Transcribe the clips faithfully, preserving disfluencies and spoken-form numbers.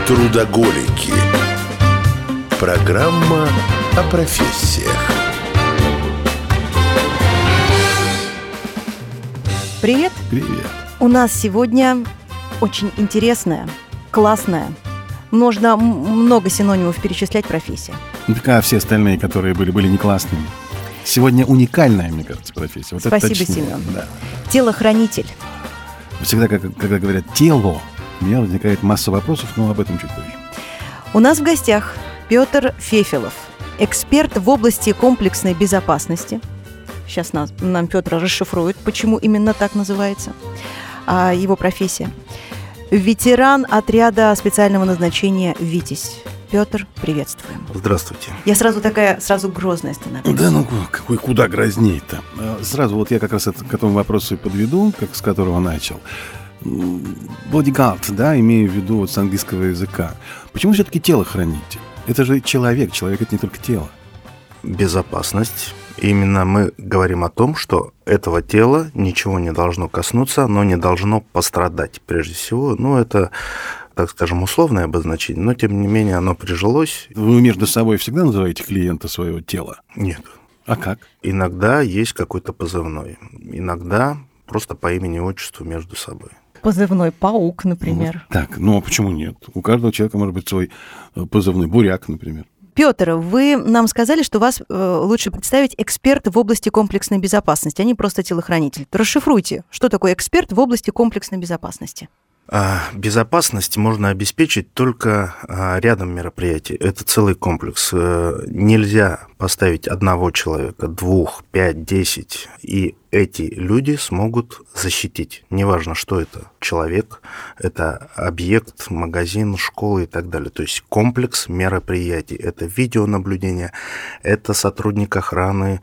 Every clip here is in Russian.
Трудоголики. Программа о профессиях. Привет. Привет. У нас сегодня очень интересная, классная, можно много синонимов перечислять профессия. Ну, так, а все остальные, которые были, были не классными. Сегодня уникальная, мне кажется, профессия. Вот Спасибо, это точнее. Семен. Да. Телохранитель. Всегда, когда говорят «тело», у меня возникает масса вопросов, но об этом чуть позже. У нас в гостях Петр Фефелов, эксперт в области комплексной безопасности. Сейчас нас, нам Петр расшифрует, почему именно так называется а, его профессия. Ветеран отряда специального назначения «Витязь». Петр, приветствуем. Здравствуйте. Я сразу такая, сразу грозная становлюсь. Да ну, какой, куда грозней-то. Сразу вот я как раз это, к этому вопросу и подведу, как, с которого начал. Бодигард, да, имею в виду вот с английского языка. Почему все-таки телохранитель? Это же человек, человек — это не только тело. Безопасность. Именно мы говорим о том, что этого тела ничего не должно коснуться, оно не должно пострадать прежде всего. Ну, это, так скажем, условное обозначение, но, тем не менее, оно прижилось. Вы между собой всегда называете клиента своего тела? Нет. А как? Иногда есть какой-то позывной. Иногда просто по имени-отчеству между собой. Позывной паук, например. Вот так, ну а почему нет? У каждого человека может быть свой позывной буряк, например. Петр, вы нам сказали, что вас э, лучше представить эксперт в области комплексной безопасности, а не просто телохранитель. Расшифруйте, что такое эксперт в области комплексной безопасности. Безопасность можно обеспечить только рядом мероприятий. Это целый комплекс. Нельзя поставить одного человека, двух, пять, десять, и эти люди смогут защитить. Неважно, что это человек, это объект, магазин, школа и так далее. То есть комплекс мероприятий. Это видеонаблюдение, это сотрудник охраны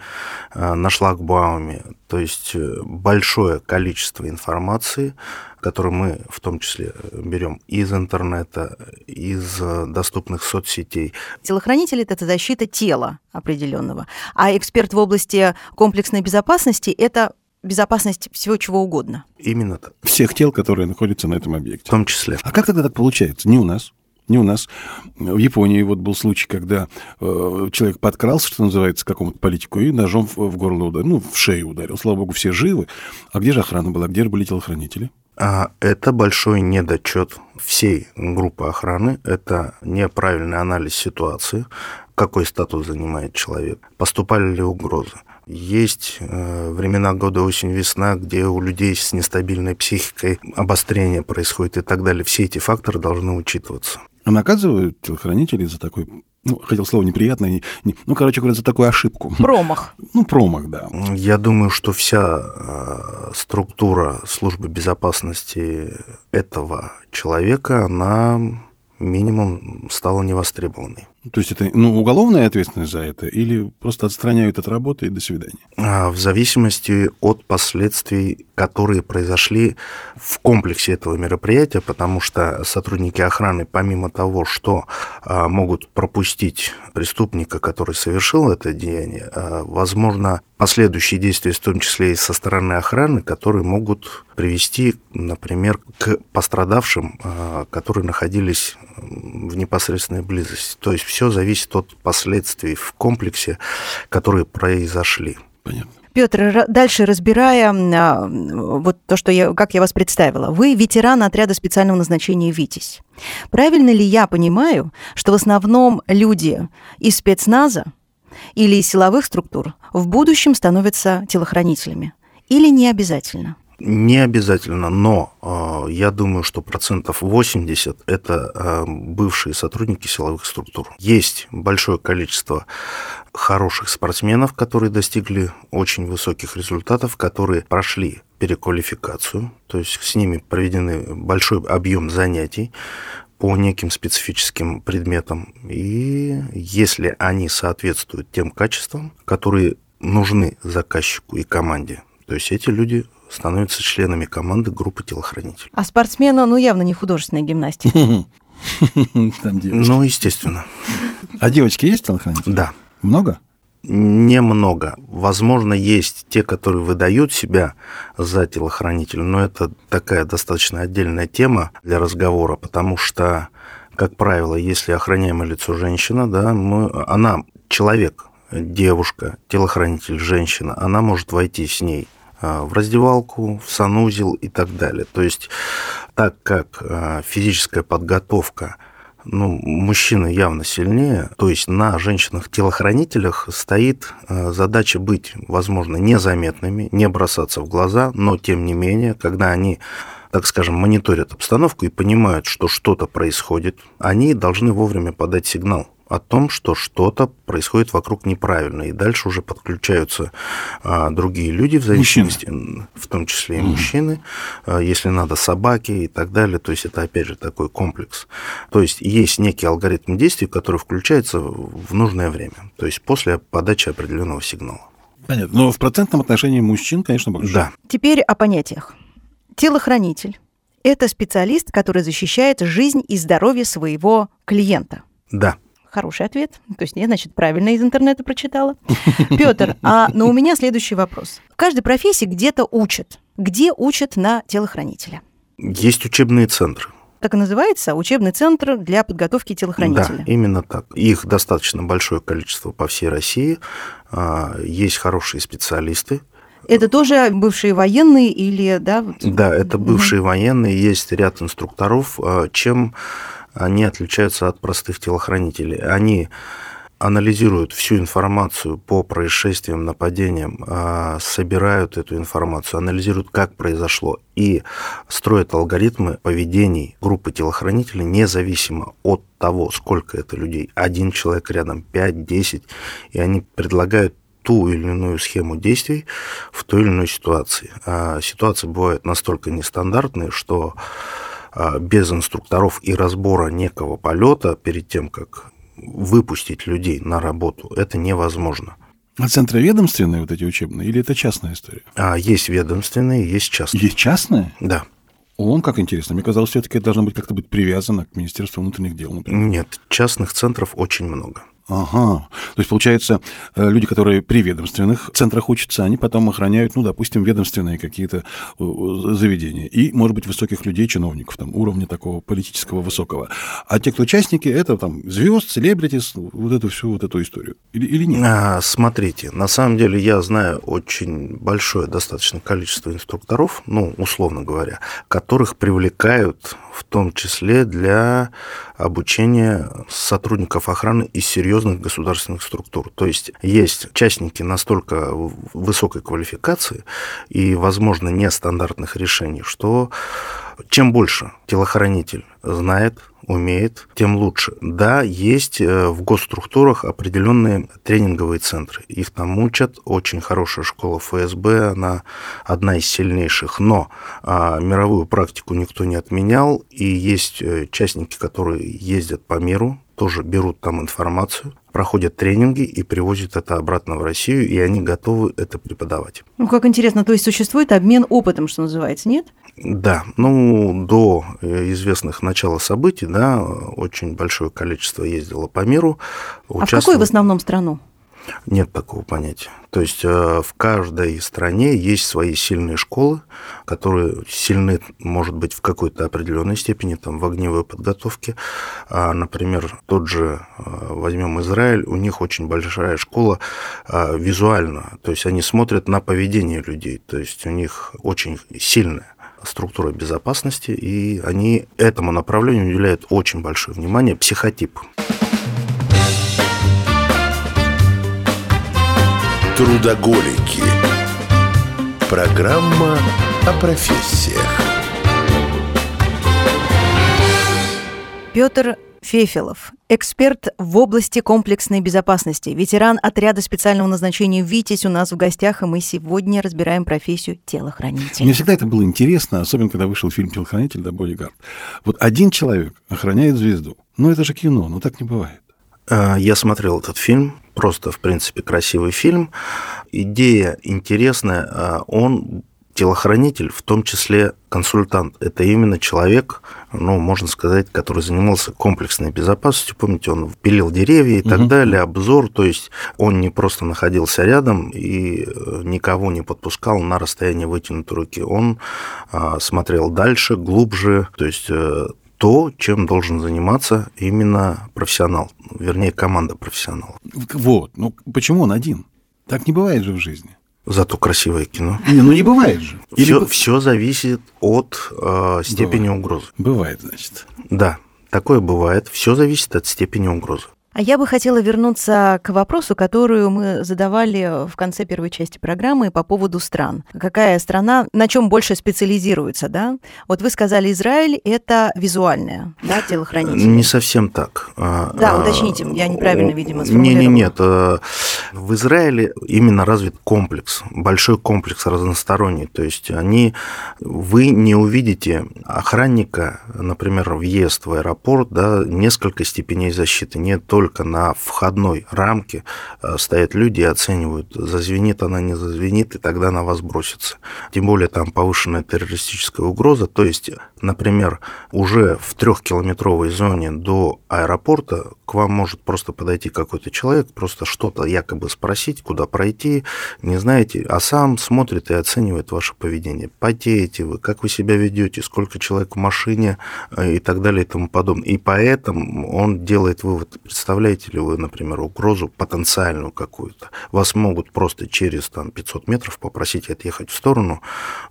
на шлагбауме. То есть большое количество информации, которую мы в том числе берем из интернета, из доступных соцсетей. Телохранитель – это защита тела определенного, а эксперт в области комплексной безопасности – это безопасность всего чего угодно. Именно так. Всех тел, которые находятся на этом объекте. В том числе. А как тогда так получается? Не у нас. Не у нас. В Японии вот был случай, когда э, человек подкрался, что называется, к какому-то политику, и ножом в, в горло ударил, ну, в шею ударил. Слава богу, все живы. А где же охрана была? Где же были телохранители? Это большой недочет всей группы охраны. Это неправильный анализ ситуации, какой статус занимает человек, поступали ли угрозы. Есть э, времена года осень-весна, где у людей с нестабильной психикой обострение происходит и так далее. Все эти факторы должны учитываться. А наказывают телохранителей за такой, ну, хотел слово неприятное, не, не, ну, короче говоря, за такую ошибку. Промах. Ну, промах, да. Я думаю, что вся э, структура службы безопасности этого человека, она минимум стала невостребованной. То есть это, ну, уголовная ответственность за это или просто отстраняют от работы и до свидания? В зависимости от последствий, которые произошли в комплексе этого мероприятия, потому что сотрудники охраны, помимо того, что могут пропустить преступника, который совершил это деяние, возможно, последующие действия, в том числе и со стороны охраны, которые могут привести, например, к пострадавшим, которые находились в непосредственной близости. То есть все зависит от последствий в комплексе, которые произошли. Понятно. Петр, дальше разбирая вот то, что я, как я вас представила, вы ветеран отряда специального назначения «Витязь». Правильно ли я понимаю, что в основном люди из спецназа или из силовых структур в будущем становятся телохранителями? Или не обязательно? Не обязательно, но э, я думаю, что процентов восемьдесят – это э, бывшие сотрудники силовых структур. Есть большое количество хороших спортсменов, которые достигли очень высоких результатов, которые прошли переквалификацию, то есть с ними проведены большой объем занятий по неким специфическим предметам. И если они соответствуют тем качествам, которые нужны заказчику и команде, то есть эти люди становятся членами команды группы телохранителей. А спортсмену, ну, явно не художественная гимнастика. Ну, естественно. А девочки есть телохранители? Да. Много? Немного. Возможно, есть те, которые выдают себя за телохранителя, но это такая достаточно отдельная тема для разговора, потому что как правило, если охраняемое лицо женщина, да, мы, она человек, девушка, телохранитель, женщина, она может войти с ней в раздевалку, в санузел и так далее. То есть, так как физическая подготовка, ну, мужчины явно сильнее, то есть на женщинах-телохранителях стоит задача быть, возможно, незаметными, не бросаться в глаза, но тем не менее, когда они, так скажем, мониторят обстановку и понимают, что что-то происходит, они должны вовремя подать сигнал о том, что что-то происходит вокруг неправильно, и дальше уже подключаются а, другие люди, в зависимости, мужчины. В том числе и мужчины, а, если надо собаки и так далее, то есть это опять же такой комплекс. То есть есть некий алгоритм действий, который включается в нужное время, то есть после подачи определенного сигнала. Понятно, но в процентном отношении мужчин, конечно, больше. Да. Теперь о понятиях. Телохранитель – это специалист, который защищает жизнь и здоровье своего клиента. Да. Хороший ответ. То есть я, значит, правильно из интернета прочитала. Пётр, а, но у меня следующий вопрос. В каждой профессии где-то учат. Где учат на телохранителя? Есть учебные центры. Так и называется? Учебный центр для подготовки телохранителя. Да, именно так. Их достаточно большое количество по всей России. Есть хорошие специалисты. Это тоже бывшие военные или, да? Да, это бывшие угу. военные. Есть ряд инструкторов. Чем они отличаются от простых телохранителей? Они анализируют всю информацию по происшествиям, нападениям, собирают эту информацию, анализируют, как произошло, и строят алгоритмы поведений группы телохранителей независимо от того, сколько это людей. Один человек рядом, пять, десять, и они предлагают ту или иную схему действий в той или иной ситуации. А ситуации бывают настолько нестандартные, что без инструкторов и разбора некого полета перед тем, как выпустить людей на работу, это невозможно. А центры ведомственные вот эти учебные, или это частная история? А, есть ведомственные, есть частные. Есть частные? Да. О, как интересно. Мне казалось, все-таки это должно быть как-то быть привязано к Министерству внутренних дел, например. Нет, частных центров очень много. Ага. То есть, получается, люди, которые при ведомственных центрах учатся, они потом охраняют, ну, допустим, ведомственные какие-то заведения. И, может быть, высоких людей, чиновников, там, уровня такого политического высокого. А те, кто участники, это там звезд, селебритис, вот эту всю вот эту историю. Или, или нет? А, смотрите, на самом деле я знаю очень большое достаточно количество инструкторов, ну, условно говоря, которых привлекают в том числе для обучения сотрудников охраны из серьезных государственных структур. То есть есть участники настолько высокой квалификации и, возможно, нестандартных решений, что чем больше телохранитель знает, умеет, тем лучше. Да, есть в госструктурах определенные тренинговые центры. Их там учат. Очень хорошая школа эф эс бэ, она одна из сильнейших. Но а, мировую практику никто не отменял. И есть частники, которые ездят по миру, тоже берут там информацию, проходят тренинги и привозят это обратно в Россию, и они готовы это преподавать. Ну, как интересно, то есть существует обмен опытом, что называется, нет? Да, ну, до известных начала событий, да, очень большое количество ездило по миру. А в какую в основном страну? Нет такого понятия. То есть в каждой стране есть свои сильные школы, которые сильны, может быть, в какой-то определенной степени, там, в огневой подготовке. А, например, тот же, возьмем Израиль, у них очень большая школа а, визуально, то есть они смотрят на поведение людей, то есть у них очень сильная структура безопасности, и они этому направлению уделяют очень большое внимание. Психотип. Трудоголики. Программа о профессиях. Пётр Фефелов, эксперт в области комплексной безопасности, ветеран отряда специального назначения «Витязь» у нас в гостях, и мы сегодня разбираем профессию телохранителя. Мне всегда это было интересно, особенно когда вышел фильм «Телохранитель», да, «Бодигард». Вот один человек охраняет звезду. Ну, это же кино, но так не бывает. Я смотрел этот фильм, просто, в принципе, красивый фильм. Идея интересная, он... Телохранитель, в том числе консультант, это именно человек, ну, можно сказать, который занимался комплексной безопасностью. Помните, он пилил деревья и так угу. далее, обзор, то есть он не просто находился рядом и никого не подпускал на расстояние вытянутой руки. Он а, смотрел дальше, глубже, то есть то, чем должен заниматься именно профессионал, вернее, команда профессионалов. Вот, ну почему он один? Так не бывает же в жизни. Зато красивое кино. Не, ну не бывает же. Все, Или... все зависит от э, степени бывает. угрозы. Бывает, значит. Да, такое бывает. Все зависит от степени угрозы. А я бы хотела вернуться к вопросу, который мы задавали в конце первой части программы по поводу стран. Какая страна, на чем больше специализируется, да? Вот вы сказали, Израиль – это визуальное, да, телохранитель? Не совсем так. Да, уточните, я неправильно, видимо, сформулировала. Не, не, нет. В Израиле именно развит комплекс, большой комплекс разносторонний. То есть они, вы не увидите охранника, например, въезд в аэропорт, да, несколько степеней защиты. Нет только на входной рамке стоят люди и оценивают, зазвенит она, не зазвенит, и тогда на вас бросится. Тем более там повышенная террористическая угроза. То есть, например, уже в трехкилометровой зоне до аэропорта к вам может просто подойти какой-то человек, просто что-то якобы спросить, куда пройти, не знаете, а сам смотрит и оценивает ваше поведение. Потеете вы, как вы себя ведете, сколько человек в машине и так далее и тому подобное. И поэтому он делает вывод. Представляете ли вы, например, угрозу потенциальную какую-то? Вас могут просто через там, пятьсот метров попросить отъехать в сторону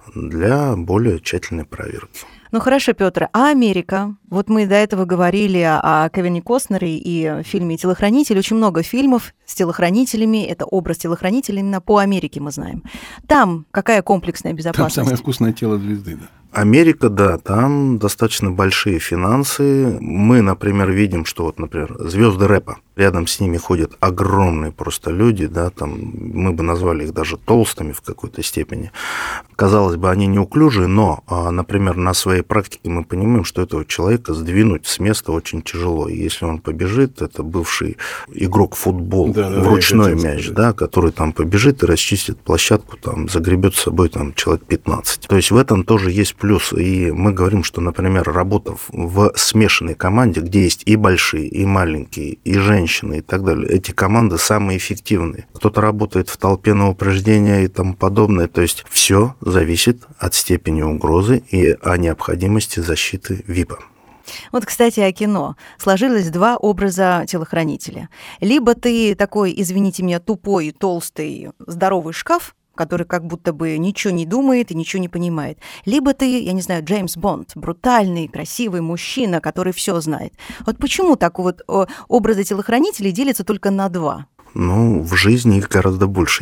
для более тщательной проверки. Ну хорошо, Петр, а Америка? Вот мы до этого говорили о Кевине Костнере и фильме «Телохранитель». Очень много фильмов с телохранителями. Это образ телохранителя именно по Америке мы знаем. Там какая комплексная безопасность? Там самое вкусное тело звезды, да. Америка, да, там достаточно большие финансы. Мы, например, видим, что вот, например, звезды рэпа, рядом с ними ходят огромные просто люди, да, там мы бы назвали их даже толстыми в какой-то степени. Казалось бы, они неуклюжие, но, например, на своей практике мы понимаем, что этого человека сдвинуть с места очень тяжело. И если он побежит, это бывший игрок футбола, да, да, в ручной мяч, сказать. Да, который там побежит и расчистит площадку, там загребет с собой там, человек пятнадцать. То есть в этом тоже есть плюс. И мы говорим, что, например, работа в смешанной команде, где есть и большие, и маленькие, и женщины, и так далее, эти команды самые эффективные. Кто-то работает в толпе на упреждения и тому подобное. То есть все зависит от степени угрозы и о необходимости защиты ВИПа. Вот, кстати, о кино. Сложилось два образа телохранителя. Либо ты такой, извините меня, тупой, толстый, здоровый шкаф, который как будто бы ничего не думает и ничего не понимает. Либо ты, я не знаю, Джеймс Бонд, брутальный, красивый мужчина, который все знает. Вот почему так вот образы телохранителей делятся только на два? Ну, в жизни их гораздо больше.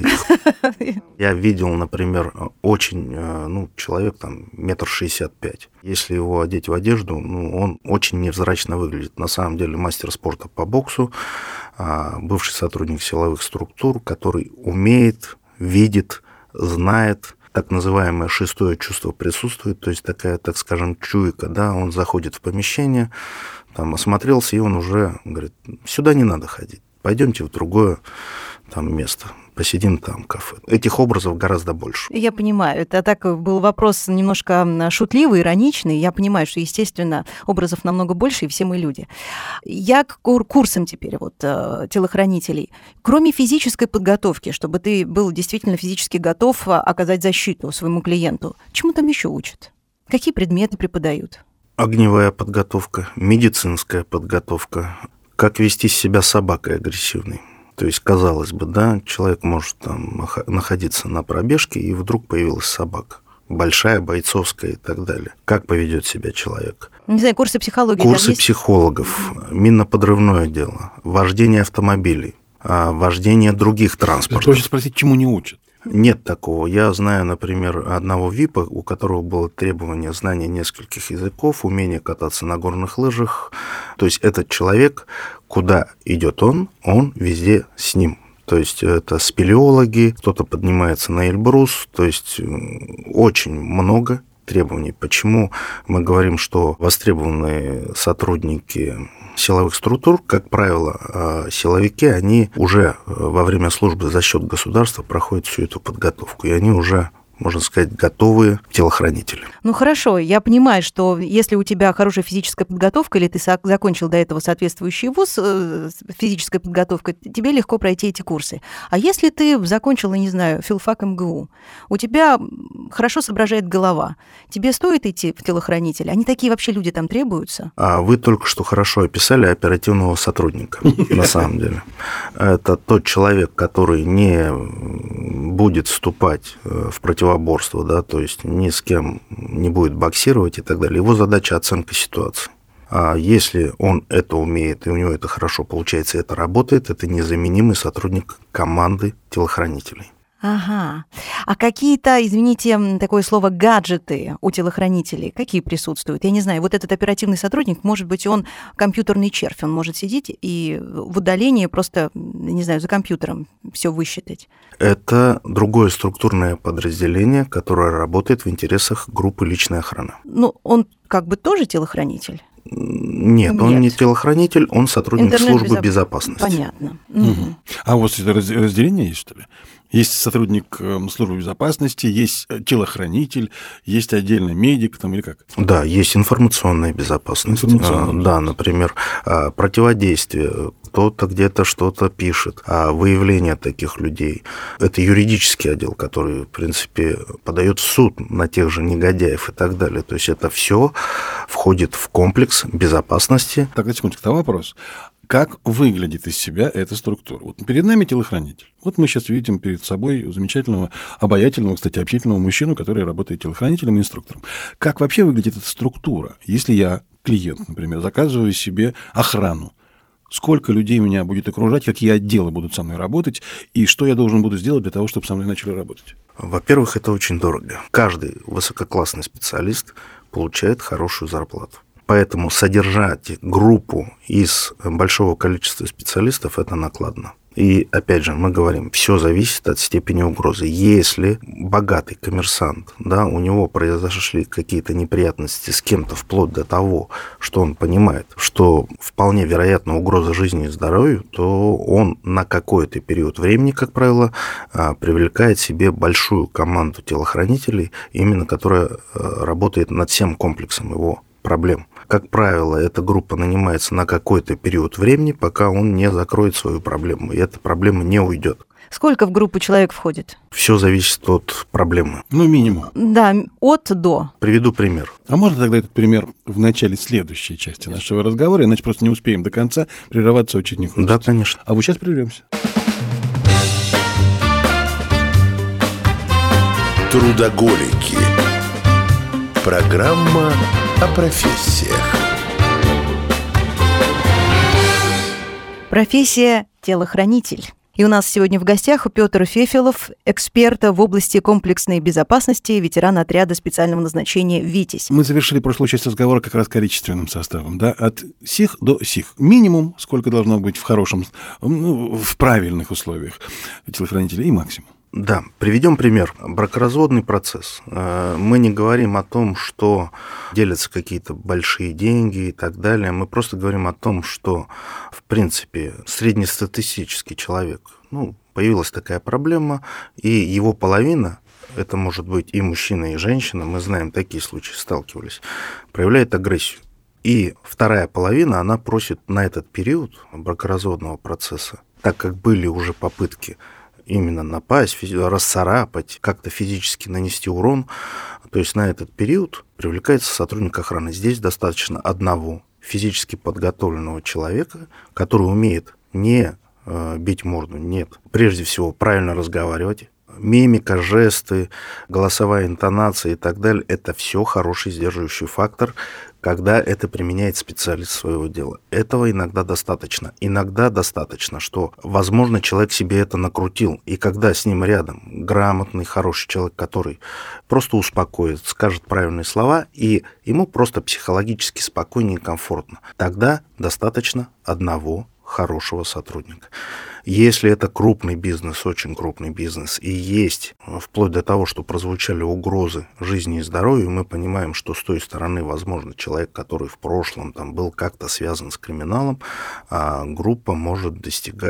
Я видел, например, очень, ну, человек там метр шестьдесят пять. Если его одеть в одежду, ну, он очень невзрачно выглядит. На самом деле мастер спорта по боксу, бывший сотрудник силовых структур, который умеет, видит, знает, так называемое шестое чувство присутствует, то есть такая, так скажем, чуйка, да, он заходит в помещение, там осмотрелся, и он уже говорит, сюда не надо ходить, пойдемте в другое там место, посидим там в кафе. Этих образов гораздо больше. Я понимаю, это так был вопрос немножко шутливый, ироничный. Я понимаю, что, естественно, образов намного больше, и все мы люди. Я к курсам теперь вот телохранителей. Кроме физической подготовки, чтобы ты был действительно физически готов оказать защиту своему клиенту, чему там еще учат? Какие предметы преподают? Огневая подготовка, медицинская подготовка, как вести себя с собакой агрессивной. То есть, казалось бы, да, человек может там находиться на пробежке, и вдруг появилась собака. Большая, бойцовская и так далее. Как поведет себя человек? Не знаю, курсы психологии. Курсы психологов, минно-подрывное дело, вождение автомобилей, вождение других транспортов. Хочется спросить, чему не учат? Нет такого. Я знаю, например, одного ВИПа, у которого было требование знания нескольких языков, умение кататься на горных лыжах. То есть этот человек, куда идет он, он везде с ним. То есть это спелеологи, кто-то поднимается на Эльбрус, то есть очень много требований. Почему мы говорим, что востребованные сотрудники силовых структур, как правило, силовики, они уже во время службы за счет государства проходят всю эту подготовку, и они уже можно сказать, готовые телохранители. Ну хорошо, я понимаю, что если у тебя хорошая физическая подготовка, или ты закончил до этого соответствующий вуз с физической подготовкой, тебе легко пройти эти курсы. А если ты закончила, не знаю, филфак эм гэ у, у тебя хорошо соображает голова, тебе стоит идти в телохранитель? Они такие вообще люди там требуются? А вы только что хорошо описали оперативного сотрудника, на самом деле. Это тот человек, который не будет вступать в противоборство, да, то есть ни с кем не будет боксировать и так далее. Его задача – оценка ситуации. А если он это умеет, и у него это хорошо получается, и это работает, это незаменимый сотрудник команды телохранителей. Ага. А какие-то, извините, такое слово, гаджеты у телохранителей, какие присутствуют? Я не знаю, вот этот оперативный сотрудник, может быть, он компьютерный червь, он может сидеть и в удалении просто, не знаю, за компьютером все высчитать. Это другое структурное подразделение, которое работает в интересах группы личной охраны. Ну, он как бы тоже телохранитель? Нет, Нет, он не телохранитель, он сотрудник Интернет-безоп... службы безопасности. Понятно. Угу. А у вас это разделение есть, что ли? Есть сотрудник службы безопасности, есть телохранитель, есть отдельно медик там или как? Да, есть информационная безопасность. Информационная. Да, например, противодействие, кто-то где-то что-то пишет, а выявление таких людей. Это юридический отдел, который, в принципе, подает в суд на тех же негодяев и так далее. То есть это все входит в комплекс безопасности. Тогда, секундочку, вопрос. Как выглядит из себя эта структура? Вот перед нами телохранитель. Вот мы сейчас видим перед собой замечательного, обаятельного, кстати, общительного мужчину, который работает телохранителем и инструктором. Как вообще выглядит эта структура? Если я, клиент, например, заказываю себе охрану, сколько людей меня будет окружать, какие отделы будут со мной работать, и что я должен буду сделать для того, чтобы со мной начали работать? Во-первых, это очень дорого. Каждый высококлассный специалист получает хорошую зарплату. Поэтому содержать группу из большого количества специалистов – это накладно. И, опять же, мы говорим, все зависит от степени угрозы. Если богатый коммерсант, да, у него произошли какие-то неприятности с кем-то вплоть до того, что он понимает, что вполне вероятна угроза жизни и здоровью, то он на какой-то период времени, как правило, привлекает себе большую команду телохранителей, именно которая работает над всем комплексом его проблем. Как правило, эта группа нанимается на какой-то период времени, пока он не закроет свою проблему, и эта проблема не уйдет. Сколько в группу человек входит? Все зависит от проблемы. Ну, минимум. Да, от до. Приведу пример. А можно тогда этот пример в начале следующей части нашего разговора, иначе просто не успеем до конца, прерываться очень не хочется. Да, конечно. А вот сейчас прервемся. Трудоголики. Программа о профессиях. Профессия телохранитель. И у нас сегодня в гостях Петр Фефелов, эксперт в области комплексной безопасности, ветеран отряда специального назначения «Витязь». Мы завершили прошлую часть разговора как раз количественным составом, да, от сих до сих. Минимум, сколько должно быть в хорошем, ну, в правильных условиях телохранителя, и максимум. Да, приведем пример. Бракоразводный процесс. Мы не говорим о том, что делятся какие-то большие деньги и так далее. Мы просто говорим о том, что, в принципе, среднестатистический человек, ну, появилась такая проблема, и его половина, это может быть и мужчина, и женщина, мы знаем, такие случаи сталкивались, проявляет агрессию. И вторая половина, она просит на этот период бракоразводного процесса, так как были уже попытки именно напасть, расцарапать, как-то физически нанести урон, то есть на этот период привлекается сотрудник охраны. Здесь достаточно одного физически подготовленного человека, который умеет не э, бить морду, нет, прежде всего правильно разговаривать. Мимика, жесты, голосовая интонация и так далее – это все хороший сдерживающий фактор, когда это применяет специалист своего дела. Этого иногда достаточно. Иногда достаточно, что, возможно, человек себе это накрутил, и когда с ним рядом грамотный, хороший человек, который просто успокоит, скажет правильные слова, и ему просто психологически спокойнее и комфортно, тогда достаточно одного хорошего сотрудника. Если это крупный бизнес, очень крупный бизнес, и есть, вплоть до того, что прозвучали угрозы жизни и здоровью, мы понимаем, что с той стороны, возможно, человек, который в прошлом там был как-то связан с криминалом, а группа может достигать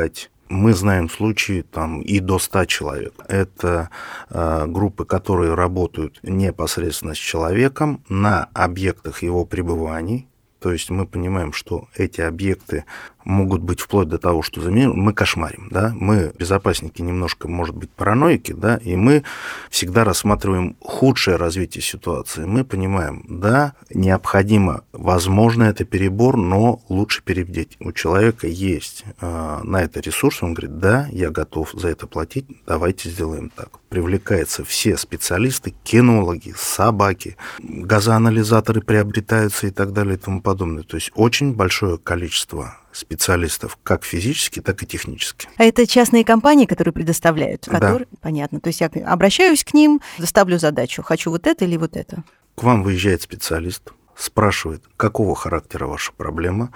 Мы знаем случаи там и до ста человек. Это э, группы, которые работают непосредственно с человеком на объектах его пребываний. То есть мы понимаем, что эти объекты могут быть вплоть до того, что мы кошмарим, да, мы, безопасники, немножко, может быть, параноики, да, и мы всегда рассматриваем худшее развитие ситуации. Мы понимаем, да, необходимо, возможно, это перебор, но лучше перебдеть. У человека есть э, на это ресурс, он говорит, да, я готов за это платить, давайте сделаем так. Привлекаются все специалисты, кинологи, собаки, газоанализаторы приобретаются и так далее и тому подобное. То есть очень большое количество специалистов, как физически, так и технически. А это частные компании, которые предоставляют? Которые... Да. Понятно. То есть я обращаюсь к ним, ставлю задачу, хочу вот это или вот это. К вам выезжает специалист, спрашивает, какого характера ваша проблема.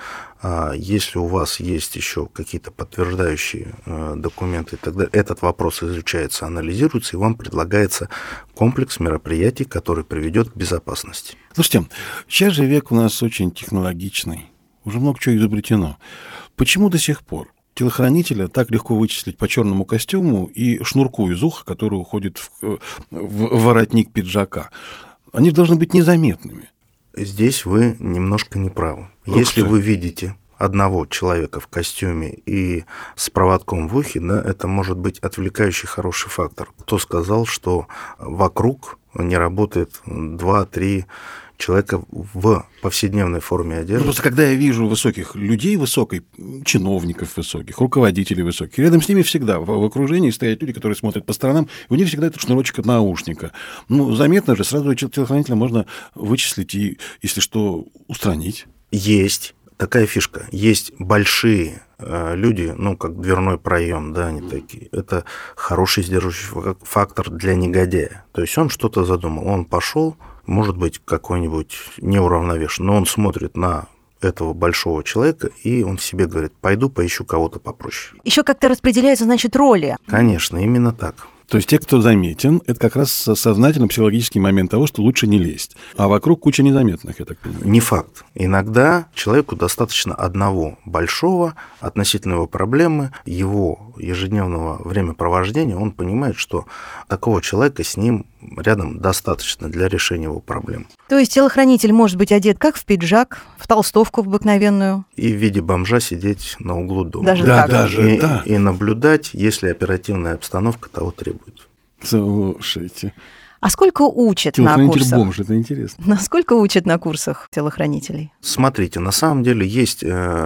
Если у вас есть еще какие-то подтверждающие документы, тогда этот вопрос изучается, анализируется, и вам предлагается комплекс мероприятий, который приведет к безопасности. Слушайте, сейчас же век у нас очень технологичный. Уже много чего изобретено. Почему до сих пор телохранителя так легко вычислить по черному костюму и шнурку из уха, который уходит в, в воротник пиджака? Они должны быть незаметными. Здесь вы немножко не правы. Как Если что? вы видите одного человека в костюме и с проводком в ухе, да, это может быть отвлекающий хороший фактор. Кто сказал, что вокруг не работает два-три человека в повседневной форме одежды? Ну, просто когда я вижу высоких людей, высоких чиновников высоких, руководителей высоких, рядом с ними всегда в, в окружении стоят люди, которые смотрят по сторонам, и у них всегда этот шнурочек от наушника. Ну, заметно же, сразу телохранителя можно вычислить и, если что, устранить. Есть такая фишка. Есть большие э, люди, ну, как дверной проем, да, они такие. Это хороший сдерживающий фактор для негодяя. То есть он что-то задумал, он пошел, может быть, какой-нибудь неуравновешенный, но он смотрит на этого большого человека, и он себе говорит, пойду поищу кого-то попроще. Еще как-то распределяются, значит, роли. Конечно, именно так. То есть те, кто заметен, это как раз сознательно психологический момент того, что лучше не лезть. А вокруг куча незаметных, я так понимаю. Не факт. Иногда человеку достаточно одного большого относительно его проблемы, его ежедневного времяпровождения, он понимает, что такого человека с ним рядом достаточно для решения его проблем. То есть телохранитель может быть одет как в пиджак, в толстовку в обыкновенную. И в виде бомжа сидеть на углу дома. Даже да, так. даже, и, да. и наблюдать, если оперативная обстановка того требует. Слушайте. А сколько учат на курсах? Телохранитель-бомж, это интересно. Насколько учат на курсах телохранителей? Смотрите, на самом деле есть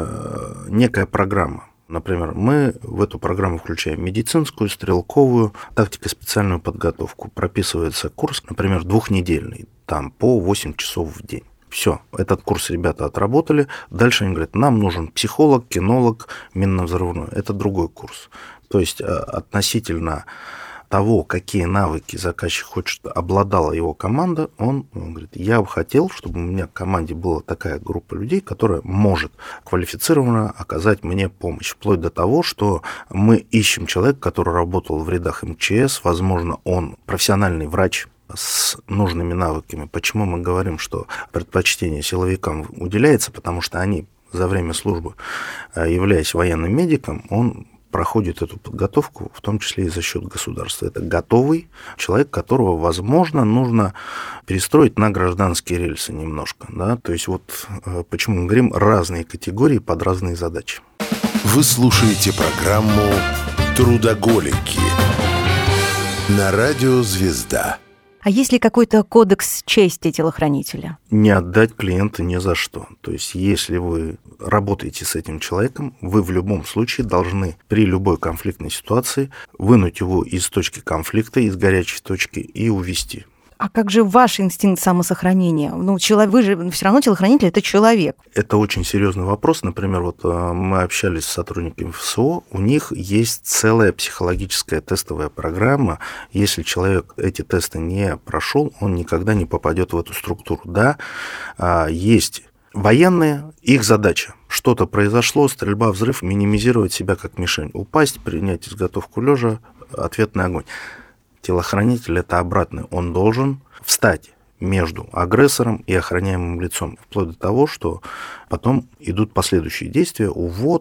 э, некая программа. Например, мы в эту программу включаем медицинскую, стрелковую, тактико-специальную подготовку. Прописывается курс, например, двухнедельный, там по восемь часов в день. Все, этот курс ребята отработали. Дальше они говорят, нам нужен психолог, кинолог, минно-взрывной. Это другой курс. То есть относительно того, какие навыки заказчик хочет, чтобы обладала его команда, он, он говорит, я бы хотел, чтобы у меня в команде была такая группа людей, которая может квалифицированно оказать мне помощь, вплоть до того, что мы ищем человека, который работал в рядах эм че эс, возможно, он профессиональный врач с нужными навыками. Почему мы говорим, что предпочтение силовикам уделяется? Потому что они за время службы, являясь военным медиком, он проходит эту подготовку, в том числе и за счет государства. Это готовый человек, которого, возможно, нужно перестроить на гражданские рельсы немножко. Да? То есть вот почему мы говорим разные категории под разные задачи. Вы слушаете программу «Трудоголики» на радио «Звезда». А есть ли какой-то кодекс чести телохранителя? Не отдать клиента ни за что. То есть, если вы работаете с этим человеком, вы в любом случае должны при любой конфликтной ситуации вынуть его из точки конфликта, из горячей точки и увести. А как же ваш инстинкт самосохранения? Ну, человек, вы же все равно телохранитель, это человек. Это очень серьезный вопрос. Например, вот мы общались с сотрудниками эф эс о, у них есть целая психологическая тестовая программа. Если человек эти тесты не прошел, он никогда не попадет в эту структуру. Да, есть военные, их задача. Что-то произошло, стрельба, взрыв, минимизировать себя как мишень. Упасть, принять изготовку лежа, ответный огонь. Телохранитель – это обратный. Он должен встать между агрессором и охраняемым лицом, вплоть до того, что потом идут последующие действия, увод,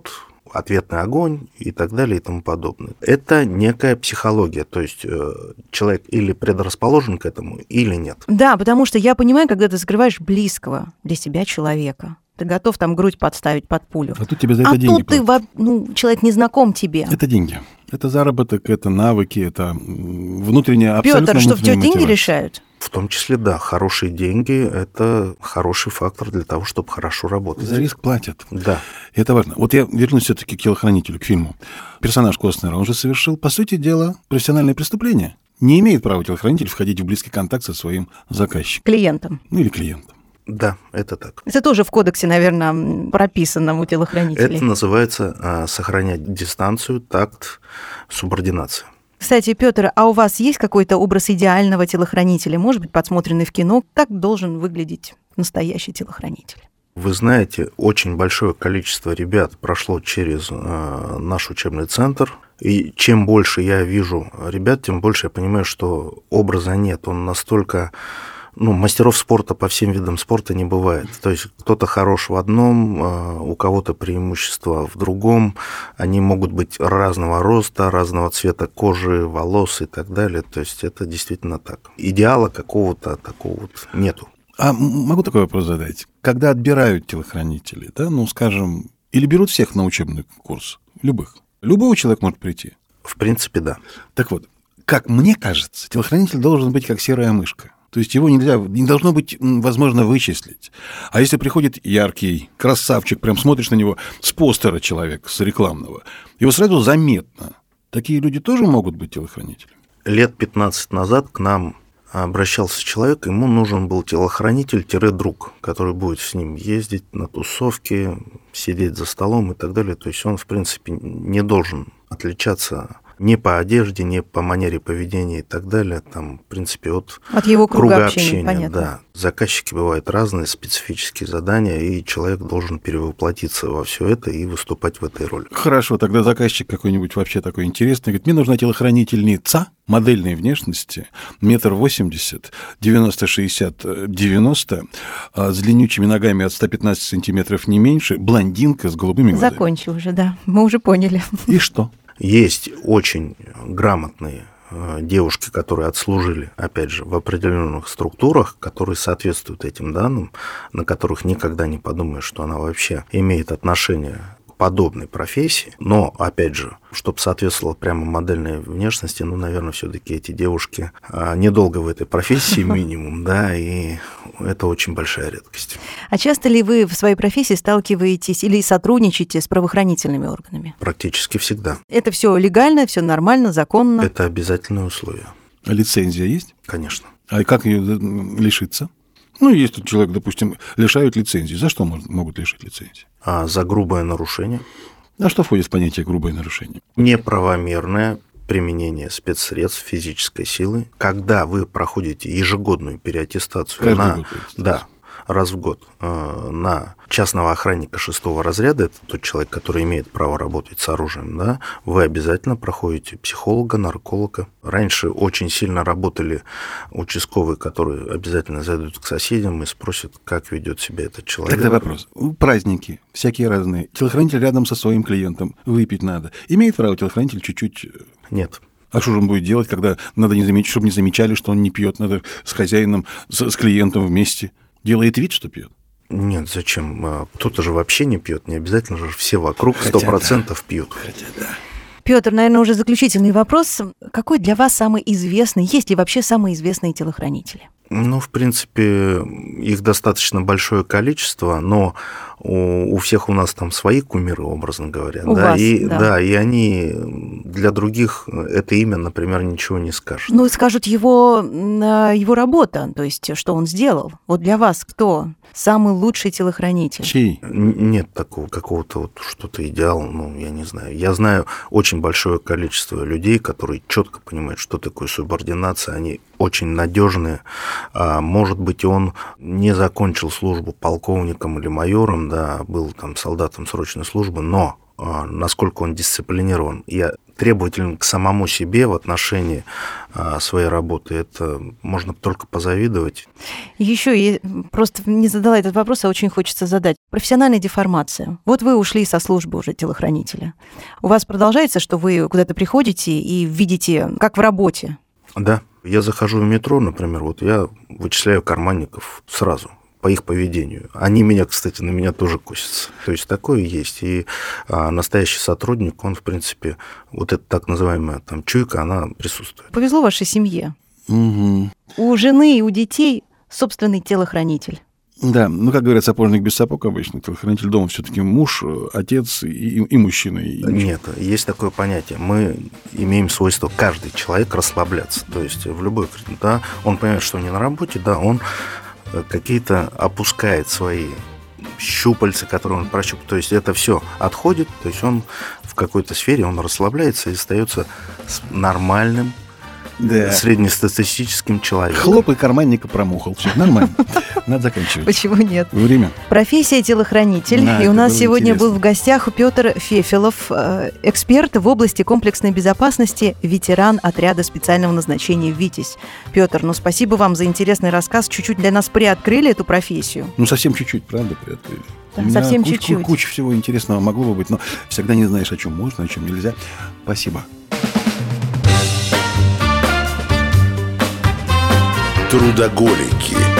ответный огонь и так далее и тому подобное. Это некая психология, то есть человек или предрасположен к этому, или нет. Да, потому что я понимаю, когда ты закрываешь близкого для себя человека, ты готов там грудь подставить под пулю. А тут тебе за это а деньги тут ты, ну, человек не знаком тебе. Это деньги. Это заработок, это навыки, это внутренняя, абсолютно Пётр, что в тебе деньги мотивация. решают? В том числе, да, хорошие деньги – это хороший фактор для того, чтобы хорошо работать. За риск платят. Да. И это важно. Вот я вернусь все-таки к телохранителю, к фильму. Персонаж Костнера, он же совершил, по сути дела, профессиональное преступление. Не имеет права телохранитель входить в близкий контакт со своим заказчиком. Клиентом. Ну, или клиентом. Да, это так. Это тоже в кодексе, наверное, прописано у телохранителей. Это называется а, сохранять дистанцию, такт, субординация. Кстати, Пётр, а у вас есть какой-то образ идеального телохранителя, может быть, подсмотренный в кино? Как должен выглядеть настоящий телохранитель? Вы знаете, очень большое количество ребят прошло через э, наш учебный центр, и чем больше я вижу ребят, тем больше я понимаю, что образа нет. Он настолько... Ну, мастеров спорта по всем видам спорта не бывает. То есть кто-то хорош в одном, у кого-то преимущество в другом. Они могут быть разного роста, разного цвета кожи, волос и так далее. То есть это действительно так. Идеала какого-то такого вот нету. А могу такой вопрос задать? Когда отбирают телохранителей, да, ну, скажем, или берут всех на учебный курс, любых, любого человека может прийти? В принципе, да. Так вот, как мне кажется, телохранитель должен быть как серая мышка. То есть его нельзя, не должно быть возможно вычислить. А если приходит яркий красавчик, прям смотришь на него с постера человека, с рекламного, его сразу заметно. Такие люди тоже могут быть телохранителями? Лет пятнадцать назад к нам обращался человек, ему нужен был телохранитель-друг, который будет с ним ездить на тусовки, сидеть за столом и так далее. То есть он, в принципе, не должен отличаться ни по одежде, ни по манере поведения и так далее. Там, в принципе, от, от его круга, круга общения, общения. понятно. Да. Заказчики бывают разные, специфические задания, и человек должен перевоплотиться во все это и выступать в этой роли. Хорошо, тогда заказчик какой-нибудь вообще такой интересный говорит, мне нужна телохранительница модельной внешности, метр восемьдесят, девяносто шестьдесят девяносто, с длиннючими ногами от сто пятнадцать сантиметров не меньше, блондинка с голубыми глазами. Закончил уже, да, мы уже поняли. И что? Есть очень грамотные девушки, которые отслужили, опять же, в определенных структурах, которые соответствуют этим данным, на которых никогда не подумаешь, что она вообще имеет отношение к подобной профессии. Но, опять же, чтобы соответствовало прямо модельной внешности, ну, наверное, все-таки эти девушки недолго в этой профессии минимум, да, и это очень большая редкость. А часто ли вы в своей профессии сталкиваетесь или сотрудничаете с правоохранительными органами? Практически всегда. Это все легально, все нормально, законно? Это обязательное условие. А лицензия есть? Конечно. А как ее лишиться? Ну, если человек, допустим, лишают лицензии, за что могут лишить лицензии? А за грубое нарушение. А что входит в понятие грубое нарушение? Неправомерное применение спецсредств физической силы, когда вы проходите ежегодную переаттестацию Каждый на, год да, раз в год э, на частного охранника шестого разряда, это тот человек, который имеет право работать с оружием, да, вы обязательно проходите психолога, нарколога. Раньше очень сильно работали участковые, которые обязательно зайдут к соседям и спросят, как ведет себя этот человек. Тогда вопрос. Праздники всякие разные. Телохранитель рядом со своим клиентом. Выпить надо. Имеет право телохранитель чуть-чуть... Нет. А что же он будет делать, когда надо не заметить, чтобы не замечали, что он не пьет, надо с хозяином, с, с клиентом вместе? Делает вид, что пьет? Нет, зачем? Кто-то же вообще не пьет, не обязательно же все вокруг сто процентов да. пьют. Хотя да. Пётр, наверное, уже заключительный вопрос. Какой для вас самый известный, есть ли вообще самые известные телохранители? Ну, в принципе, их достаточно большое количество, но у, у всех у нас там свои кумиры, образно говоря. У да, вас, и, да. да, и они для других это имя, например, ничего не скажут. Ну, скажут его, его работа, то есть что он сделал. Вот для вас кто самый лучший телохранитель? Чей? Нет такого какого-то вот что-то идеала, ну, я не знаю. Я знаю очень большое количество людей, которые четко понимают, что такое субординация, они очень надежные. А, может быть, он не закончил службу полковником или майором, да, был там солдатом срочной службы, но а, насколько он дисциплинирован, я требователен к самому себе в отношении своей работы. Это можно только позавидовать. Еще я просто не задала этот вопрос, а очень хочется задать. Профессиональная деформация. Вот вы ушли со службы уже телохранителя. У вас продолжается, что вы куда-то приходите и видите, как в работе? Да. Я захожу в метро, например, вот я вычисляю карманников сразу по их поведению. Они меня, кстати, на меня тоже косятся. То есть такое есть. И а, настоящий сотрудник, он, в принципе, вот эта так называемая там чуйка, она присутствует. Повезло вашей семье. Угу. У жены и у детей собственный телохранитель. Да, ну, как говорят, сапожник без сапог обычно. Телохранитель дома все-таки муж, отец и, и мужчина. И Нет, есть такое понятие. Мы имеем свойство, каждый человек, расслабляться. То есть в любой, да, он понимает, что не на работе, да, он какие-то опускает свои щупальца, которые он прощупает. То есть это все отходит, то есть он в какой-то сфере, он расслабляется и остается нормальным, да, среднестатистическим человеком. Хлопай карманника промухал. Все нормально. Надо заканчивать. Почему нет? Время. Профессия телохранитель. Да, и у нас сегодня интересно. Был в гостях Петр Фефелов, эксперт в области комплексной безопасности, ветеран отряда специального назначения «Витязь». Петр, ну спасибо вам за интересный рассказ. Чуть-чуть для нас приоткрыли эту профессию. Ну совсем чуть-чуть, правда, приоткрыли. Да, совсем куч- чуть-чуть. Куча всего интересного могло бы быть, но всегда не знаешь, о чем можно, о чем нельзя. Спасибо. Трудоголики.